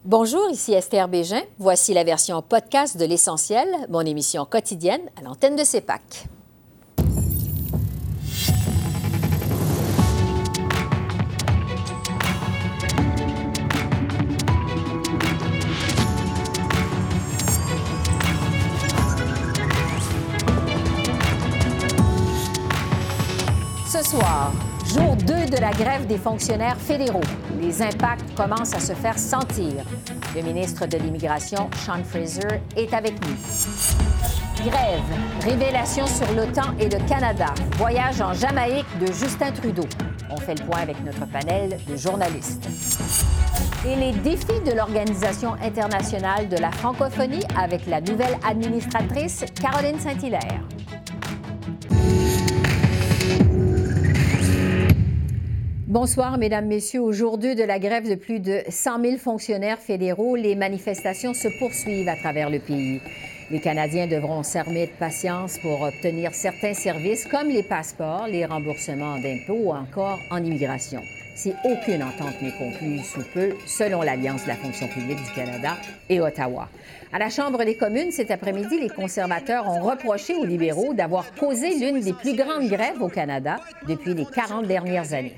Bonjour, ici Esther Bégin. Voici la version podcast de L'Essentiel, mon émission quotidienne à l'antenne de CEPAC. Ce soir, jour 2 de la grève des fonctionnaires fédéraux. Les impacts commencent à se faire sentir. Le ministre de l'Immigration, Sean Fraser, est avec nous. Grève, révélation sur l'OTAN et le Canada, voyage en Jamaïque de Justin Trudeau. On fait le point avec notre panel de journalistes. Et les défis de l'Organisation internationale de la francophonie avec la nouvelle administratrice Caroline Saint-Hilaire. Bonsoir, Mesdames, Messieurs. Au jour 2 de la grève de plus de 100 000 fonctionnaires fédéraux, les manifestations se poursuivent à travers le pays. Les Canadiens devront s'armer de patience pour obtenir certains services comme les passeports, les remboursements d'impôts ou encore en immigration. Si aucune entente n'est conclue sous peu, selon l'Alliance de la fonction publique du Canada et Ottawa. À la Chambre des communes, cet après-midi, les conservateurs ont reproché aux libéraux d'avoir causé l'une des plus grandes grèves au Canada depuis les 40 dernières années.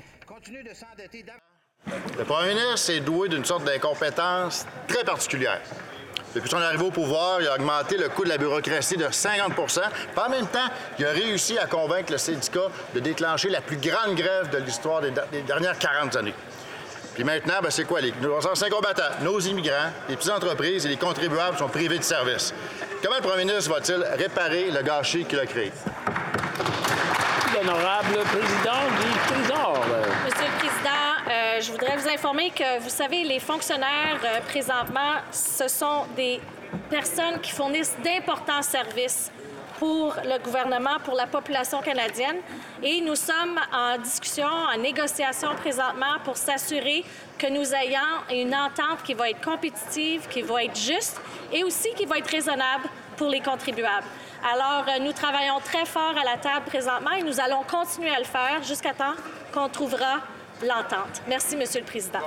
Le premier ministre est doué d'une sorte d'incompétence très particulière. Depuis son arrivée au pouvoir, il a augmenté le coût de la bureaucratie de 50 %. Puis en même temps, il a réussi à convaincre le syndicat de déclencher la plus grande grève de l'histoire des dernières 40 années. Puis maintenant, c'est quoi? Nos anciens combattants, nos immigrants, les petites entreprises et les contribuables sont privés de services. Comment le premier ministre va-t-il réparer le gâchis qu'il a créé? L'honorable président du Trésor. Monsieur le Président, je voudrais vous informer que, vous savez, les fonctionnaires, présentement, ce sont des personnes qui fournissent d'importants services pour le gouvernement, pour la population canadienne. Et nous sommes en discussion, en négociation présentement pour s'assurer que nous ayons une entente qui va être compétitive, qui va être juste et aussi qui va être raisonnable pour les contribuables. Alors, nous travaillons très fort à la table présentement et nous allons continuer à le faire jusqu'à temps qu'on trouvera l'entente. Merci, Monsieur le Président.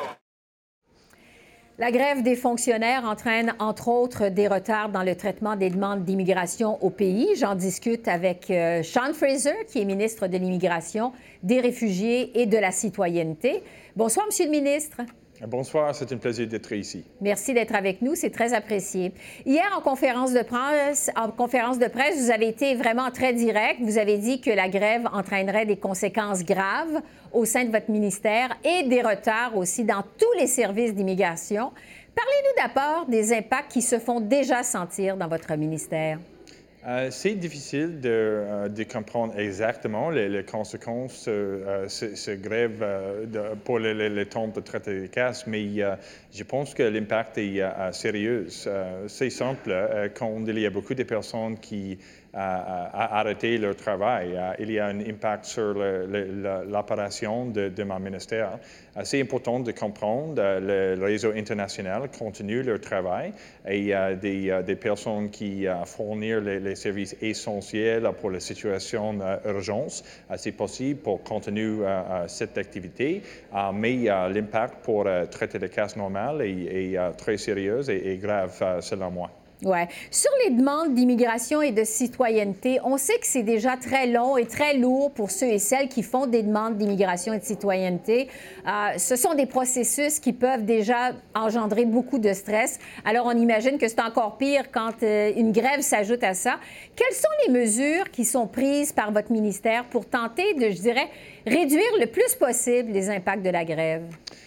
La grève des fonctionnaires entraîne, entre autres, des retards dans le traitement des demandes d'immigration au pays. J'en discute avec Sean Fraser, qui est ministre de l'Immigration, des Réfugiés et de la Citoyenneté. Bonsoir, Monsieur le ministre. Bonsoir, c'est un plaisir d'être ici. Merci d'être avec nous, c'est très apprécié. Hier, en conférence de presse, vous avez été vraiment très direct. Vous avez dit que la grève entraînerait des conséquences graves au sein de votre ministère et des retards aussi dans tous les services d'immigration. Parlez-nous d'abord des impacts qui se font déjà sentir dans votre ministère. C'est difficile de comprendre exactement les conséquences de cette grève pour le temps de traiter des cas, mais je pense que l'impact est sérieux. C'est simple, quand il y a beaucoup de personnes qui ont arrêté leur travail, il y a un impact sur l'opération de mon ministère. C'est important de comprendre le réseau international continue leur travail et il y a des personnes qui fournissent les services essentiels pour la situation d'urgence. C'est possible pour continuer cette activité, mais l'impact pour traiter les cas normaux est très sérieux et grave selon moi. Oui. Sur les demandes d'immigration et de citoyenneté, on sait que c'est déjà très long et très lourd pour ceux et celles qui font des demandes d'immigration et de citoyenneté. Ce sont des processus qui peuvent déjà engendrer beaucoup de stress. Alors, on imagine que c'est encore pire quand une grève s'ajoute à ça. Quelles sont les mesures qui sont prises par votre ministère pour tenter de, je dirais, réduire le plus possible les impacts de la grève?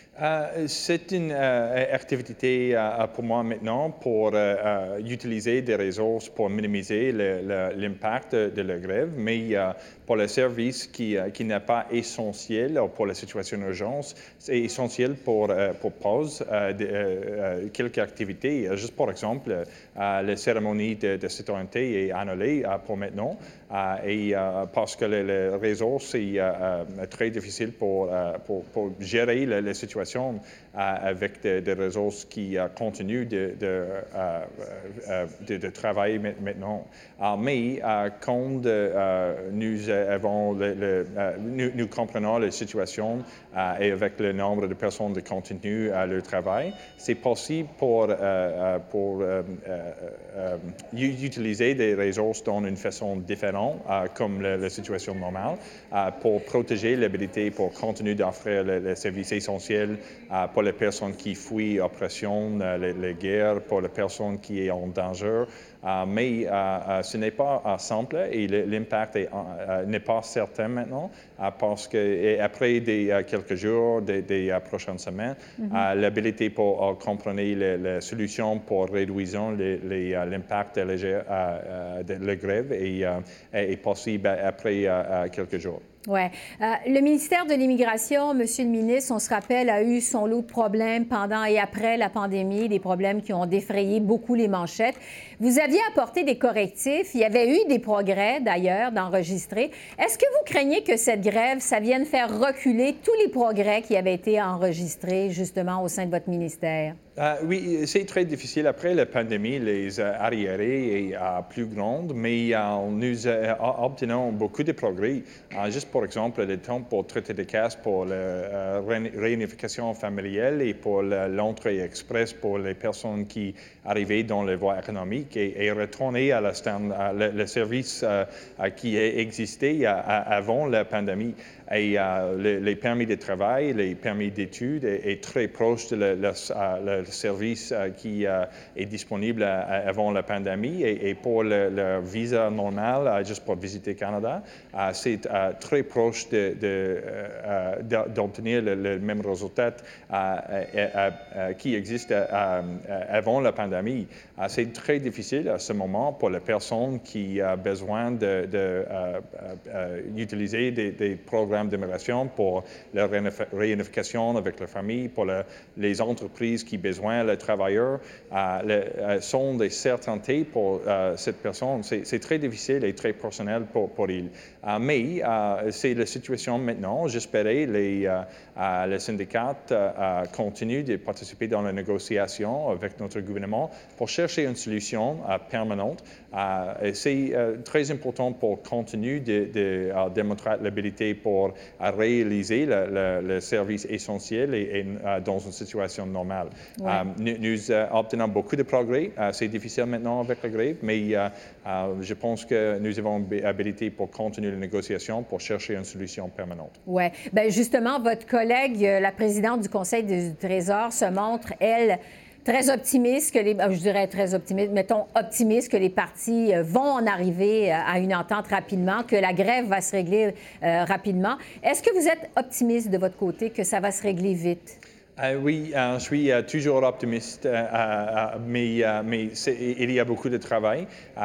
C'est une activité pour moi maintenant pour utiliser des ressources pour minimiser l'impact de la grève, mais pour le service qui n'est pas essentiel pour la situation d'urgence, c'est essentiel pour pause quelques activités. Juste pour exemple, la cérémonie de citoyenneté est annulée pour maintenant et parce que le réseau c'est très difficile pour gérer la situation situation avec des ressources qui continuent de travailler maintenant. Mais quand nous comprenons la situation et avec le nombre de personnes qui continuent leur travail, c'est possible pour utiliser des ressources dans une façon différente, comme la situation normale, pour protéger l'habilité, pour continuer d'offrir les services essentiels pour les personnes qui fuient l'oppression, les guerres, pour les personnes qui sont en danger. Mais ce n'est pas simple et l'impact n'est pas certain maintenant parce qu'après quelques jours, des prochaines semaines, l'habilité pour comprendre les solutions pour réduire l'impact de la grève est possible après quelques jours. Oui. Le ministère de l'Immigration, Monsieur le ministre, on se rappelle, a eu son lot de problèmes pendant et après la pandémie, des problèmes qui ont défrayé beaucoup les manchettes. Vous aviez apporté des correctifs. Il y avait eu des progrès, d'ailleurs, d'enregistrer. Est-ce que vous craignez que cette grève, ça vienne faire reculer tous les progrès qui avaient été enregistrés, justement, au sein de votre ministère? Oui, c'est très difficile. Après la pandémie, les arriérés est plus grande, mais nous obtenons beaucoup de progrès. Juste pour exemple, le temps pour traiter des cas pour la réunification familiale et pour l'entrée express pour les personnes qui arrivaient dans les voies économiques et retourner à le service qui existait avant la pandémie. Et les permis de travail, les permis d'études est très proche de le service qui est disponible avant la pandémie. Et pour le visa normal, juste pour visiter Canada, c'est très proche d'obtenir le même résultat qui existe avant la pandémie. C'est très difficile à ce moment pour les personnes qui ont besoin d'utiliser des programmes d'immigration pour la réunification avec la famille, pour les entreprises qui ont besoin de travailleurs, sont des certaintés pour cette personne. C'est très difficile et très personnel pour ils. Mais c'est la situation maintenant. J'espérais les syndicats continuent de participer dans la négociation avec notre gouvernement pour chercher une solution permanente. C'est très important pour continuer de démontrer l'habilité pour réaliser le service essentiel et dans une situation normale. Ouais. Nous obtenons beaucoup de progrès. C'est difficile maintenant avec la grève, mais je pense que nous avons l'habilité pour continuer les négociations pour chercher une solution permanente. Oui. Bien, justement, votre collègue, la présidente du Conseil du Trésor, se montre, elle, très optimiste optimiste que les partis vont en arriver à une entente rapidement, que la grève va se régler rapidement. Est-ce que vous êtes optimiste de votre côté que ça va se régler vite? Oui, je suis toujours optimiste, mais il y a beaucoup de travail.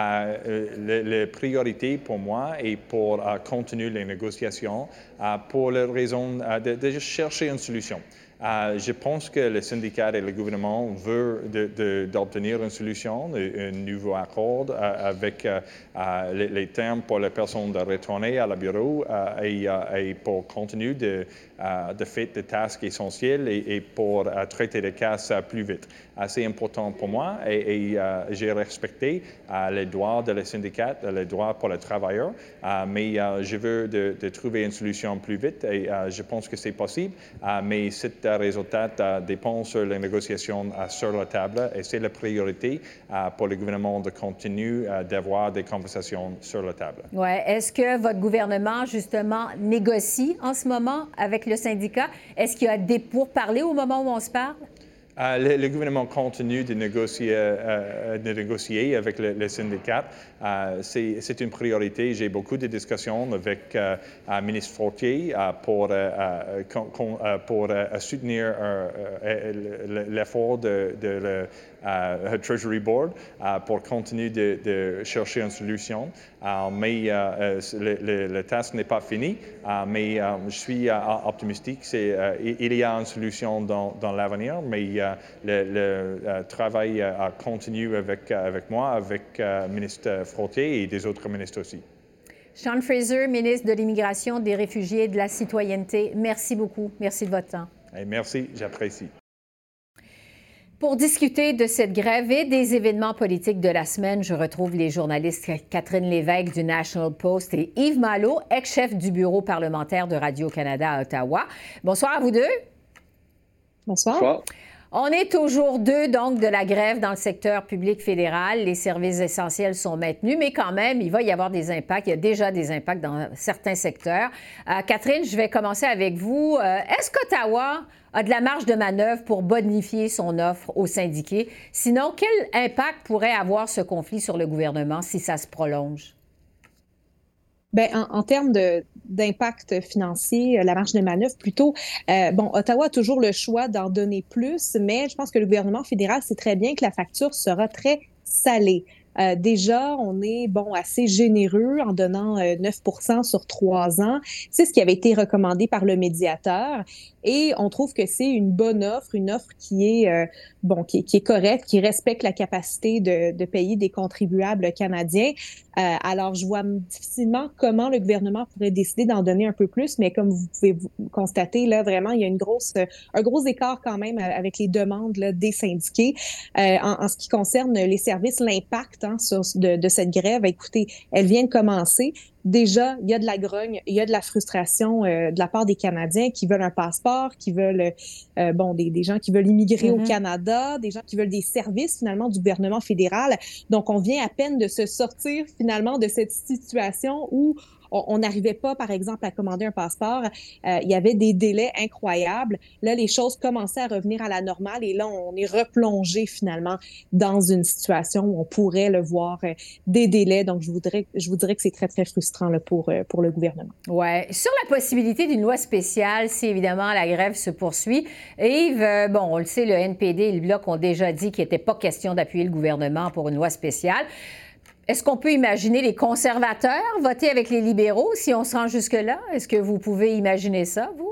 La priorité pour moi est pour continuer les négociations pour la raison de chercher une solution. Je pense que le syndicat et le gouvernement veulent d'obtenir une solution, un nouveau accord avec les termes pour les personnes de retourner à la bureau et pour continuer de faire des tâches essentielles et pour traiter les cas plus vite. C'est important pour moi et j'ai respecté les droits de les syndicats, les droits pour les travailleurs, mais je veux de trouver une solution plus vite et je pense que c'est possible, mais cet résultat dépend sur les négociations sur la table et c'est la priorité pour le gouvernement de continuer d'avoir des conversations sur la table. Oui. Est-ce que votre gouvernement, justement, négocie en ce moment avec le syndicat? Est-ce qu'il y a des pourparlers au moment où on se parle? Le gouvernement continue de négocier avec les syndicats. C'est une priorité. J'ai beaucoup de discussions avec le ministre Fortier pour soutenir l'effort de le Treasury Board pour continuer de chercher une solution. Mais la tâche n'est pas finie, mais je suis optimistique. Il y a une solution dans l'avenir, mais le travail continue avec moi, avec le ministre Fortier et des autres ministres aussi. Sean Fraser, ministre de l'Immigration, des Réfugiés et de la Citoyenneté, merci beaucoup. Merci de votre temps. Et merci, j'apprécie. Pour discuter de cette grève et des événements politiques de la semaine, je retrouve les journalistes Catherine Lévesque du National Post et Yves Malo, ex-chef du bureau parlementaire de Radio-Canada à Ottawa. Bonsoir à vous deux. Bonsoir. Bonsoir. On est au jour 2, donc, de la grève dans le secteur public fédéral. Les services essentiels sont maintenus, mais quand même, il va y avoir des impacts. Il y a déjà des impacts dans certains secteurs. Catherine, je vais commencer avec vous. Est-ce qu'Ottawa a de la marge de manœuvre pour bonifier son offre aux syndiqués? Sinon, quel impact pourrait avoir ce conflit sur le gouvernement si ça se prolonge? Bien, en termes d'impact financier, la marge de manœuvre, plutôt, Ottawa a toujours le choix d'en donner plus, mais je pense que le gouvernement fédéral sait très bien que la facture sera très salée. Déjà, on est assez généreux en donnant 9 % sur 3 ans. C'est ce qui avait été recommandé par le médiateur. Et on trouve que c'est une bonne offre, une offre qui est qui est correcte, qui respecte la capacité de payer des contribuables canadiens. Alors, je vois difficilement comment le gouvernement pourrait décider d'en donner un peu plus, mais comme vous pouvez constater, là, vraiment, il y a un gros écart quand même avec les demandes là, des syndiqués. En ce qui concerne les services, l'impact de cette grève, écoutez, elle vient de commencer. Déjà, il y a de la grogne, il y a de la frustration de la part des Canadiens qui veulent un passeport, qui veulent, des gens qui veulent immigrer au Canada, des gens qui veulent des services, finalement, du gouvernement fédéral. Donc, on vient à peine de se sortir, finalement, de cette situation où on n'arrivait pas, par exemple, à commander un passeport. Il y avait des délais incroyables. Là, les choses commençaient à revenir à la normale et là, on est replongé finalement dans une situation où on pourrait le voir des délais. Donc, je vous dirais que c'est très, très frustrant là, pour le gouvernement. Oui. Sur la possibilité d'une loi spéciale, si évidemment la grève se poursuit, Yves, on le sait, le NPD et le Bloc ont déjà dit qu'il n'était pas question d'appuyer le gouvernement pour une loi spéciale. Est-ce qu'on peut imaginer les conservateurs voter avec les libéraux si on se rend jusque-là? Est-ce que vous pouvez imaginer ça, vous?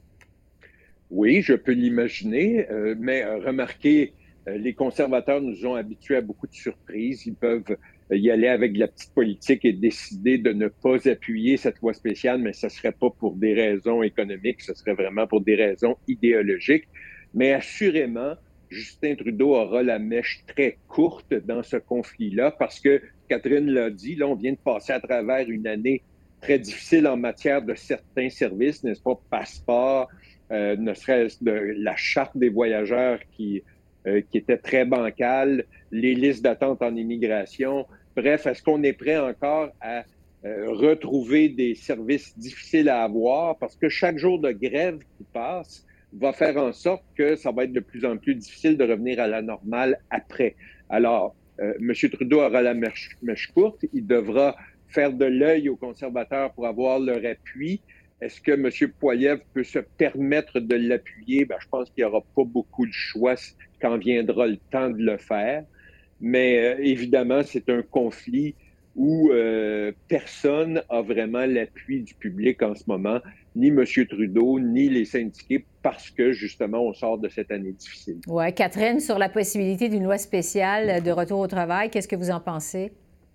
Oui, je peux l'imaginer, mais remarquez, les conservateurs nous ont habitués à beaucoup de surprises. Ils peuvent y aller avec de la petite politique et décider de ne pas appuyer cette loi spéciale, mais ce ne serait pas pour des raisons économiques, ce serait vraiment pour des raisons idéologiques. Mais assurément, Justin Trudeau aura la mèche très courte dans ce conflit-là parce que, Catherine l'a dit, là, on vient de passer à travers une année très difficile en matière de certains services, n'est-ce pas, passeport, ne serait-ce de la charte des voyageurs qui était très bancale, les listes d'attente en immigration. Bref, est-ce qu'on est prêt encore à retrouver des services difficiles à avoir? Parce que chaque jour de grève qui passe va faire en sorte que ça va être de plus en plus difficile de revenir à la normale après. Alors, M. Trudeau aura la mèche courte. Il devra faire de l'œil aux conservateurs pour avoir leur appui. Est-ce que M. Poilievre peut se permettre de l'appuyer? Je pense qu'il n'y aura pas beaucoup de choix quand viendra le temps de le faire. Mais évidemment, c'est un conflit où personne n'a vraiment l'appui du public en ce moment, ni M. Trudeau, ni les syndiqués, parce que, justement, on sort de cette année difficile. Oui. Catherine, sur la possibilité d'une loi spéciale de retour au travail, qu'est-ce que vous en pensez?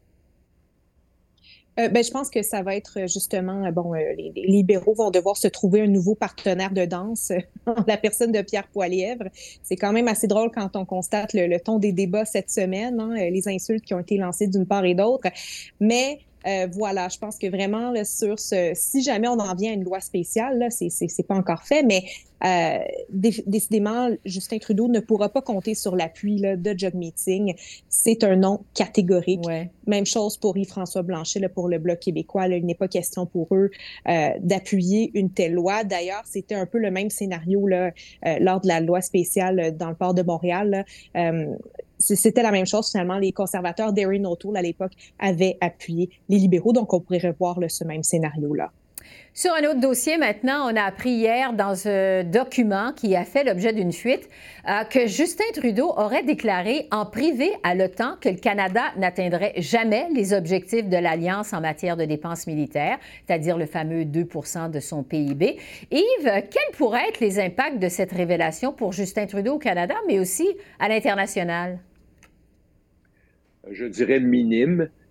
Je pense que ça va être justement, les libéraux vont devoir se trouver un nouveau partenaire de danse en la personne de Pierre Poilievre. C'est quand même assez drôle quand on constate le ton des débats cette semaine, les insultes qui ont été lancées d'une part et d'autre. Mais voilà, je pense que vraiment là, si jamais on en vient à une loi spéciale, là, c'est pas encore fait, mais décidément, Justin Trudeau ne pourra pas compter sur l'appui là, de Jog Meeting. C'est un non catégorique. Ouais. Même chose pour Yves-François Blanchet, là, pour le Bloc québécois. Là, il n'est pas question pour eux d'appuyer une telle loi. D'ailleurs, c'était un peu le même scénario là, lors de la loi spéciale dans le port de Montréal. Là. C'était la même chose, finalement. Les conservateurs d'Erin O'Toole, à l'époque, avaient appuyé les libéraux. Donc, on pourrait revoir là, ce même scénario-là. Sur un autre dossier, maintenant, on a appris hier dans un document qui a fait l'objet d'une fuite que Justin Trudeau aurait déclaré en privé à l'OTAN que le Canada n'atteindrait jamais les objectifs de l'Alliance en matière de dépenses militaires, c'est-à-dire le fameux 2 % de son PIB. Yves, quels pourraient être les impacts de cette révélation pour Justin Trudeau au Canada, mais aussi à l'international? Je dirais minime.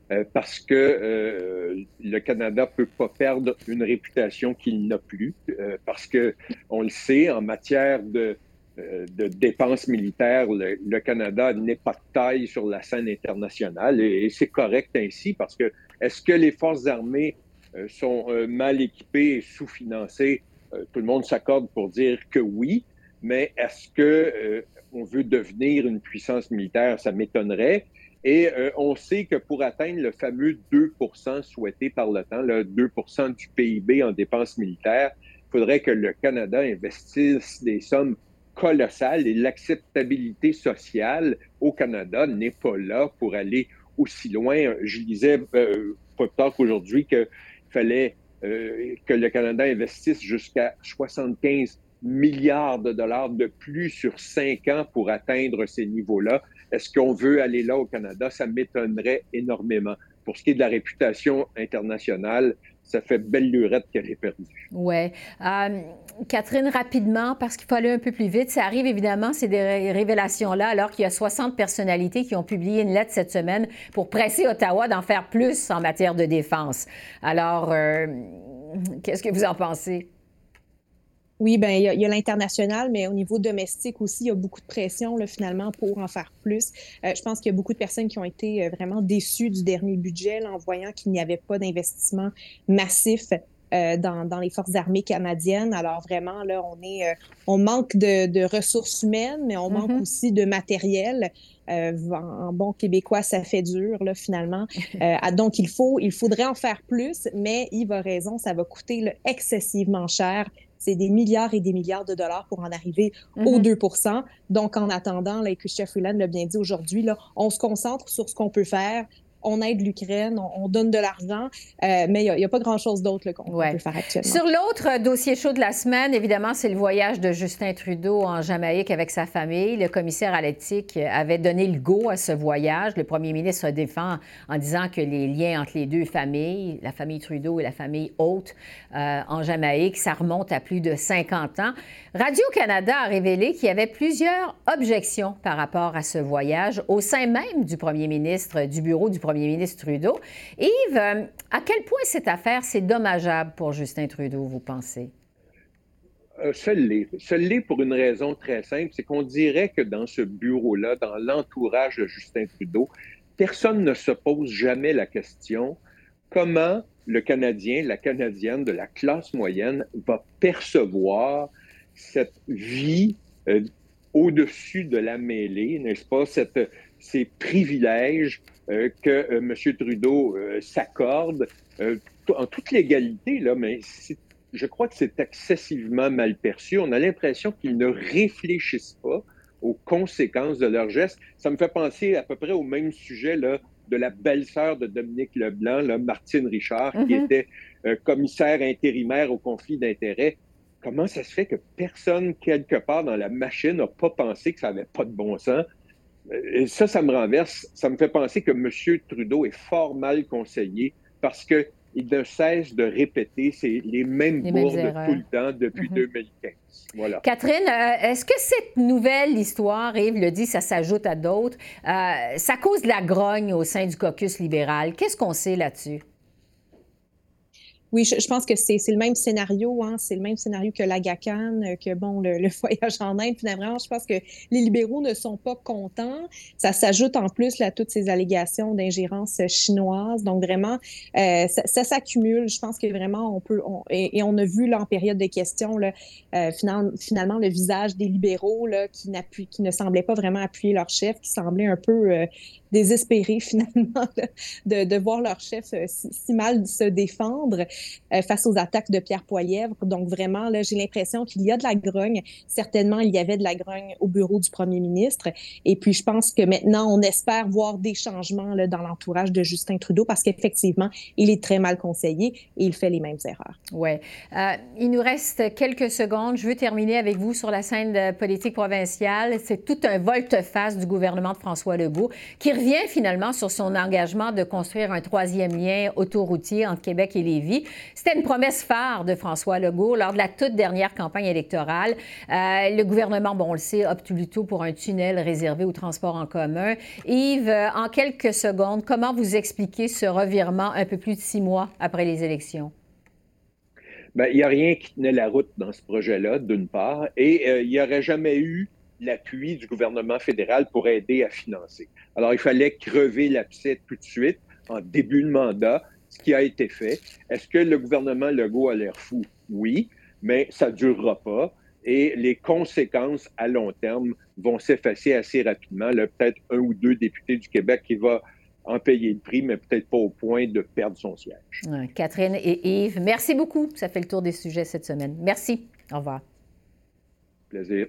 parce que le Canada peut pas perdre une réputation qu'il n'a plus, parce que on le sait, en matière de dépenses militaires, le Canada n'est pas de taille sur la scène internationale et c'est correct ainsi parce que est-ce que les forces armées sont mal équipées et sous-financées? Tout le monde s'accorde pour dire que oui, mais est-ce que on veut devenir une puissance militaire? Ça m'étonnerait. Et on sait que pour atteindre le fameux 2 % souhaité par l'OTAN, le 2 % du PIB en dépenses militaires, il faudrait que le Canada investisse des sommes colossales et l'acceptabilité sociale au Canada n'est pas là pour aller aussi loin. Je disais pas plus tard qu'aujourd'hui qu'il fallait que le Canada investisse jusqu'à 75 milliards de dollars de plus sur 5 ans pour atteindre ces niveaux-là. Est-ce qu'on veut aller là au Canada? Ça m'étonnerait énormément. Pour ce qui est de la réputation internationale, ça fait belle lurette qu'elle est perdue. Oui. Catherine, rapidement, parce qu'il faut aller un peu plus vite, ça arrive évidemment, ces révélations-là, alors qu'il y a 60 personnalités qui ont publié une lettre cette semaine pour presser Ottawa d'en faire plus en matière de défense. Alors, qu'est-ce que vous en pensez? Oui, bien, il y a l'international, mais au niveau domestique aussi, il y a beaucoup de pression, là, finalement, pour en faire plus. Je pense qu'il y a beaucoup de personnes qui ont été vraiment déçues du dernier budget, là, en voyant qu'il n'y avait pas d'investissement massif dans les forces armées canadiennes. Alors vraiment, là, on manque de ressources humaines, mais on manque aussi de matériel. En bon québécois, ça fait dur, là, finalement. Donc, il faudrait en faire plus, mais Yves a raison, ça va coûter là, excessivement cher. C'est des milliards et des milliards de dollars pour en arriver aux 2 %. Donc, en attendant, là, et Chrystia Freeland l'a bien dit aujourd'hui, là, on se concentre sur ce qu'on peut faire. On aide l'Ukraine, on donne de l'argent, mais il n'y a pas grand-chose d'autre qu'on peut faire actuellement. Sur l'autre dossier chaud de la semaine, évidemment, c'est le voyage de Justin Trudeau en Jamaïque avec sa famille. Le commissaire à l'éthique avait donné le go à ce voyage. Le premier ministre se défend en disant que les liens entre les deux familles, la famille Trudeau et la famille Haute en Jamaïque, ça remonte à plus de 50 ans. Radio-Canada a révélé qu'il y avait plusieurs objections par rapport à ce voyage au sein même du premier ministre, du bureau du premier ministre Trudeau. Yves, à quel point cette affaire, c'est dommageable pour Justin Trudeau, vous pensez? Ça l'est pour une raison très simple, c'est qu'on dirait que dans ce bureau-là, dans l'entourage de Justin Trudeau, personne ne se pose jamais la question comment le Canadien, la Canadienne de la classe moyenne va percevoir cette vie au-dessus de la mêlée, n'est-ce pas, ces privilèges que M. Trudeau s'accorde en toute légalité, là, mais je crois que c'est excessivement mal perçu. On a l'impression qu'ils ne réfléchissent pas aux conséquences de leurs gestes. Ça me fait penser à peu près au même sujet là, de la belle-sœur de Dominique Leblanc, là, Martine Richard, qui était commissaire intérimaire au conflit d'intérêts. Comment ça se fait que personne, quelque part dans la machine, n'a pas pensé que ça n'avait pas de bon sens? Et ça me renverse. Ça me fait penser que M. Trudeau est fort mal conseillé parce qu'il ne cesse de répéter les mêmes bourdes tout le temps depuis 2015. Voilà. Catherine, est-ce que cette nouvelle histoire, Yves le dit, ça s'ajoute à d'autres, ça cause de la grogne au sein du caucus libéral? Qu'est-ce qu'on sait là-dessus? Oui, je pense que c'est le même scénario, hein. C'est le même scénario que l'Agacan, que bon, le voyage en Inde. Finalement, je pense que les libéraux ne sont pas contents. Ça s'ajoute en plus là, à toutes ces allégations d'ingérence chinoise. Donc vraiment, ça s'accumule. Je pense que vraiment, et on a vu là en période de questions, là, finalement, le visage des libéraux là, qui ne semblaient pas vraiment appuyer leur chef, qui semblaient un peu désespérés finalement là, de voir leur chef si mal se défendre face aux attaques de Pierre Poilievre. Donc vraiment, là, j'ai l'impression qu'il y a de la grogne. Certainement, il y avait de la grogne au bureau du premier ministre. Et puis, je pense que maintenant, on espère voir des changements là, dans l'entourage de Justin Trudeau parce qu'effectivement, il est très mal conseillé et il fait les mêmes erreurs. Oui. Il nous reste quelques secondes. Je veux terminer avec vous sur la scène politique provinciale. C'est tout un volte-face du gouvernement de François Legault qui revient finalement sur son engagement de construire un troisième lien autoroutier entre Québec et Lévis. C'était une promesse phare de François Legault lors de la toute dernière campagne électorale. Le gouvernement, bon, on le sait, opte plutôt pour un tunnel réservé au transport en commun. Yves, en quelques secondes, comment vous expliquez ce revirement un peu plus de 6 mois après les élections? Bien, il n'y a rien qui tenait la route dans ce projet-là, d'une part, et il n'y aurait jamais eu l'appui du gouvernement fédéral pour aider à financer. Alors, il fallait crever l'abcès tout de suite, en début de mandat, ce qui a été fait. Est-ce que le gouvernement Legault a l'air fou? Oui, mais ça ne durera pas. Et les conséquences à long terme vont s'effacer assez rapidement. Là, peut-être 1 ou 2 députés du Québec qui va en payer le prix, mais peut-être pas au point de perdre son siège. Catherine et Yves, merci beaucoup. Ça fait le tour des sujets cette semaine. Merci. Au revoir. Plaisir.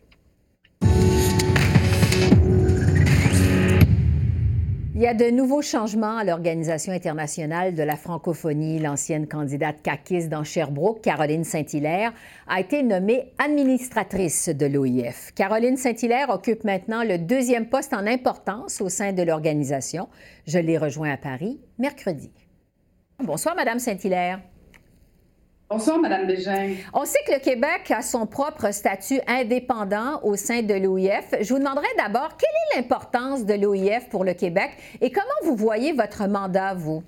Il y a de nouveaux changements à l'Organisation internationale de la francophonie. L'ancienne candidate caquiste dans Sherbrooke, Caroline Saint-Hilaire, a été nommée administratrice de l'OIF. Caroline Saint-Hilaire occupe maintenant le 2e poste en importance au sein de l'organisation. Je l'ai rejoint à Paris mercredi. Bonsoir, Madame Saint-Hilaire. Bonsoir, Mme Bégin. On sait que le Québec a son propre statut indépendant au sein de l'OIF. Je vous demanderai d'abord, quelle est l'importance de l'OIF pour le Québec et comment vous voyez votre mandat, vous?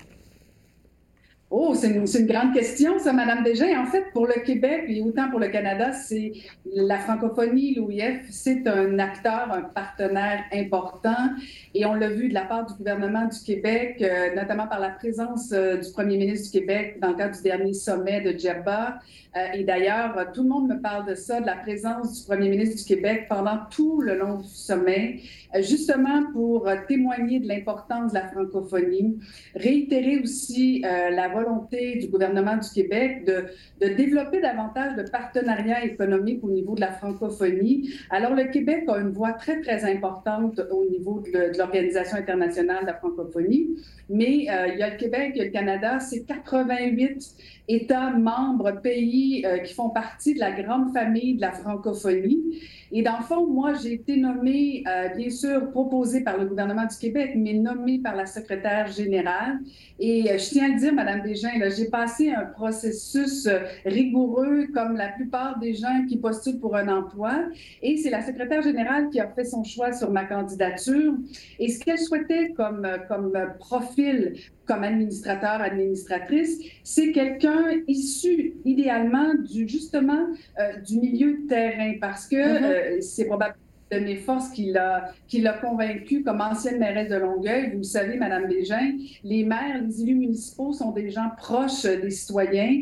Oh, c'est une grande question, ça, Mme Bégin. En fait, pour le Québec et autant pour le Canada, c'est la francophonie, l'OIF, c'est un acteur, un partenaire important. Et on l'a vu de la part du gouvernement du Québec, notamment par la présence du premier ministre du Québec dans le cadre du dernier sommet de Djerba. Et d'ailleurs, tout le monde me parle de ça, de la présence du premier ministre du Québec pendant tout le long du sommet, justement pour témoigner de l'importance de la francophonie, réitérer aussi la volonté du gouvernement du Québec de développer davantage de partenariats économiques au niveau de la francophonie. Alors, le Québec a une voix très, très importante au niveau de l'Organisation internationale de la francophonie, mais il y a le Québec, il y a le Canada, c'est 88 États membres, pays qui font partie de la grande famille de la francophonie. Et dans le fond, moi, j'ai été nommée, bien sûr, proposée par le gouvernement du Québec, mais nommée par la secrétaire générale. Et je tiens à le dire, Mme Bégin, j'ai passé un processus rigoureux, comme la plupart des gens qui postulent pour un emploi. Et c'est la secrétaire générale qui a fait son choix sur ma candidature. Et ce qu'elle souhaitait comme profil, comme administrateur, administratrice, c'est quelqu'un issu idéalement justement du milieu de terrain, parce que c'est probablement de mes forces qui l'a convaincue comme ancienne mairesse de Longueuil. Vous le savez, Mme Bégin, les maires, les élus municipaux sont des gens proches des citoyens,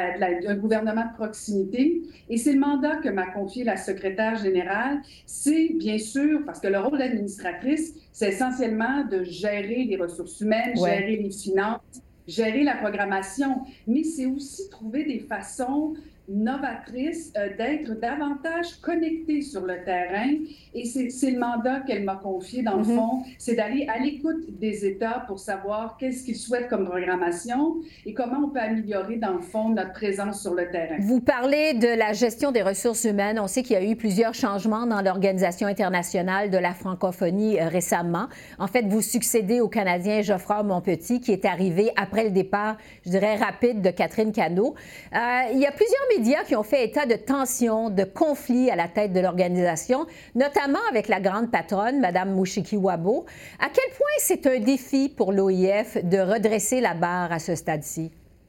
un gouvernement de proximité. Et c'est le mandat que m'a confié la secrétaire générale. C'est bien sûr, parce que le rôle d'administratrice, c'est essentiellement de gérer les ressources humaines, gérer les finances, gérer la programmation, mais c'est aussi trouver des façons novatrice, d'être davantage connectée sur le terrain. Et c'est le mandat qu'elle m'a confié, dans le fond, c'est d'aller à l'écoute des États pour savoir qu'est-ce qu'ils souhaitent comme programmation et comment on peut améliorer, dans le fond, notre présence sur le terrain. Vous parlez de la gestion des ressources humaines. On sait qu'il y a eu plusieurs changements dans l'Organisation internationale de la francophonie récemment. En fait, vous succédez au Canadien Geoffroy Monpetit, qui est arrivé après le départ, je dirais, rapide de Catherine Cano. Il y a plusieurs médias qui ont fait état de tensions, de conflits à la tête de l'organisation, notamment avec la grande patronne, Mme Mushikiwabo. À quel point c'est un défi pour l'OIF de redresser la barre à ce stade-ci?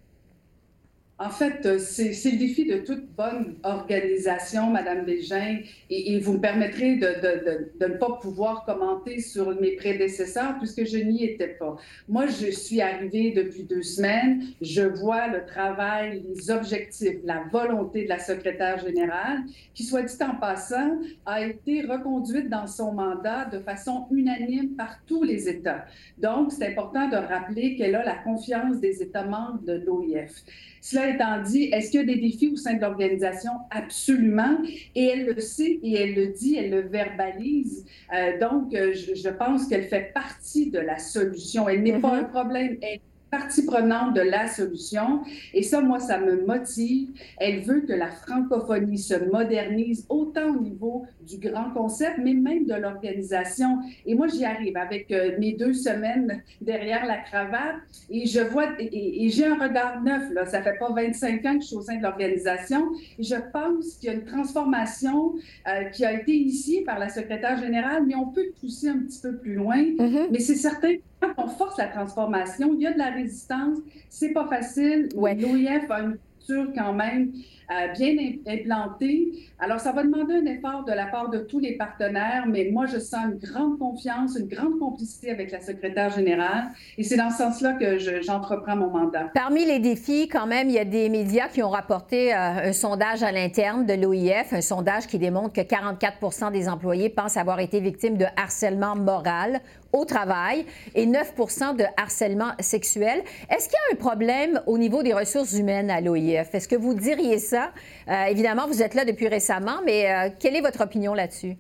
En fait, c'est le défi de toute bonne organisation, Mme Bégin, et vous me permettrez de ne pas pouvoir commenter sur mes prédécesseurs puisque je n'y étais pas. Moi, je suis arrivée depuis 2 semaines, je vois le travail, les objectifs, la volonté de la secrétaire générale, qui, soit dit en passant, a été reconduite dans son mandat de façon unanime par tous les États. Donc, c'est important de rappeler qu'elle a la confiance des États membres de l'OIF. Cela étant dit, est-ce qu'il y a des défis au sein de l'organisation? Absolument. Et elle le sait, et elle le dit, elle le verbalise. Donc, je pense qu'elle fait partie de la solution. Elle n'est pas un problème, elle est partie prenante de la solution. Et ça, moi, ça me motive. Elle veut que la francophonie se modernise autant au niveau du grand concept, mais même de l'organisation. Et moi, j'y arrive avec mes 2 semaines derrière la cravate et je vois, et j'ai un regard neuf, là. Ça fait pas 25 ans que je suis au sein de l'organisation et je pense qu'il y a une transformation qui a été initiée par la secrétaire générale, mais on peut pousser un petit peu plus loin. Mais c'est certain, quand on force la transformation, il y a de la résistance, c'est pas facile. Ouais. L'OIF a une culture quand même bien implantée. Alors, ça va demander un effort de la part de tous les partenaires, mais moi, je sens une grande confiance, une grande complicité avec la secrétaire générale et c'est dans ce sens-là que j'entreprends mon mandat. Parmi les défis, quand même, il y a des médias qui ont rapporté un sondage à l'interne de l'OIF, un sondage qui démontre que 44 des employés pensent avoir été victimes de harcèlement moral au travail et 9 de harcèlement sexuel. Est-ce qu'il y a un problème au niveau des ressources humaines à l'OIF? Est-ce que vous diriez ça? Évidemment, vous êtes là depuis récemment, mais quelle est votre opinion là-dessus?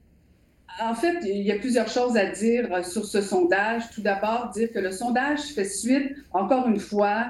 En fait, il y a plusieurs choses à dire sur ce sondage. Tout d'abord, dire que le sondage fait suite, encore une fois,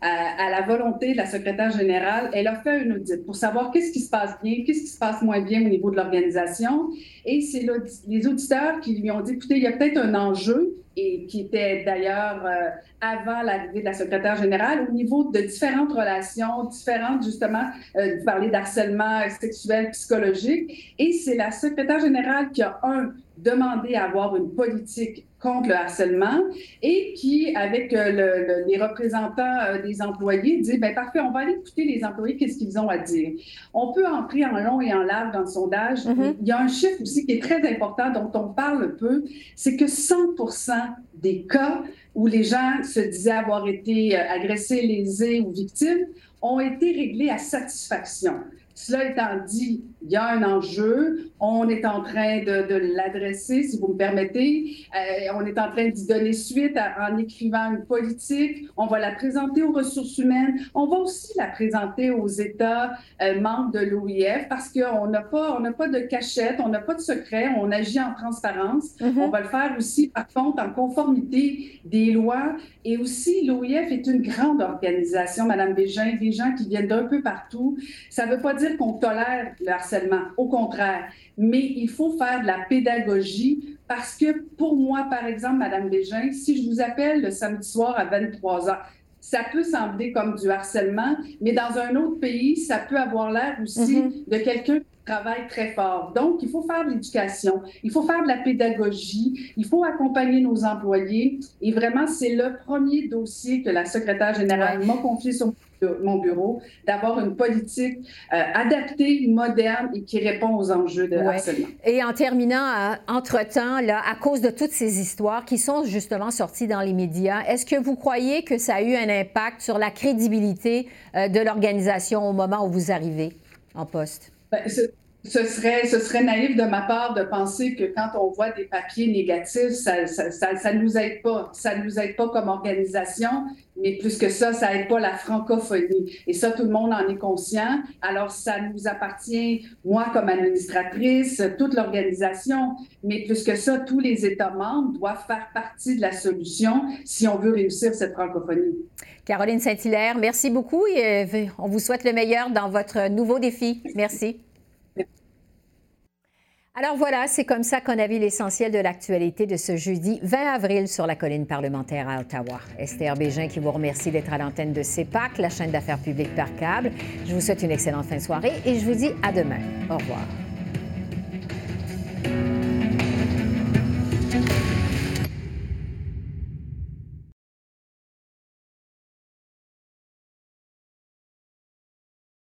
à la volonté de la secrétaire générale. Elle a fait un audit pour savoir qu'est-ce qui se passe bien, qu'est-ce qui se passe moins bien au niveau de l'organisation. Et c'est les auditeurs qui lui ont dit, écoutez, il y a peut-être un enjeu, et qui était d'ailleurs avant l'arrivée de la secrétaire générale, au niveau de différentes relations, justement, vous parlez d'harcèlement sexuel, psychologique, et c'est la secrétaire générale qui a, demandé à avoir une politique contre le harcèlement et qui, avec les représentants des employés, dit, bien parfait, on va aller écouter les employés, qu'est-ce qu'ils ont à dire. On peut entrer en long et en large dans le sondage. Il y a un chiffre aussi qui est très important, dont on parle peu, c'est que 100% des cas où les gens se disaient avoir été agressés, lésés ou victimes ont été réglés à satisfaction. Cela étant dit, il y a un enjeu. On est en train de l'adresser, si vous me permettez. On est en train d'y donner suite en écrivant une politique. On va la présenter aux ressources humaines. On va aussi la présenter aux États membres de l'OIF parce qu'on n'a pas de cachette, on n'a pas de secret, on agit en transparence. On va le faire aussi, par contre, en conformité des lois. Et aussi, l'OIF est une grande organisation, Madame Bégin, des gens qui viennent d'un peu partout. Ça ne veut pas dire qu'on tolère le harcèlement, au contraire. Mais il faut faire de la pédagogie parce que pour moi, par exemple, Madame Bégin, si je vous appelle le samedi soir à 23h, ça peut sembler comme du harcèlement, mais dans un autre pays, ça peut avoir l'air aussi de quelqu'un qui travaille très fort. Donc, il faut faire de l'éducation, il faut faire de la pédagogie, il faut accompagner nos employés. Et vraiment, c'est le premier dossier que la secrétaire générale m'a confié sur mon bureau, d'avoir une politique adaptée, moderne et qui répond aux enjeux de harcèlement. Et en terminant, entre-temps, là, à cause de toutes ces histoires qui sont justement sorties dans les médias, est-ce que vous croyez que ça a eu un impact sur la crédibilité de l'organisation au moment où vous arrivez en poste? Ce serait naïf de ma part de penser que quand on voit des papiers négatifs, ça nous aide pas. Ça nous aide pas comme organisation, mais plus que ça aide pas la francophonie. Et ça, tout le monde en est conscient. Alors, ça nous appartient, moi comme administratrice, toute l'organisation, mais plus que ça, tous les États membres doivent faire partie de la solution si on veut réussir cette francophonie. Caroline Saint-Hilaire, merci beaucoup et on vous souhaite le meilleur dans votre nouveau défi. Merci. Alors voilà, c'est comme ça qu'on a vu l'essentiel de l'actualité de ce jeudi 20 avril sur la colline parlementaire à Ottawa. Esther Bégin qui vous remercie d'être à l'antenne de CEPAC, la chaîne d'affaires publiques par câble. Je vous souhaite une excellente fin de soirée et je vous dis à demain. Au revoir.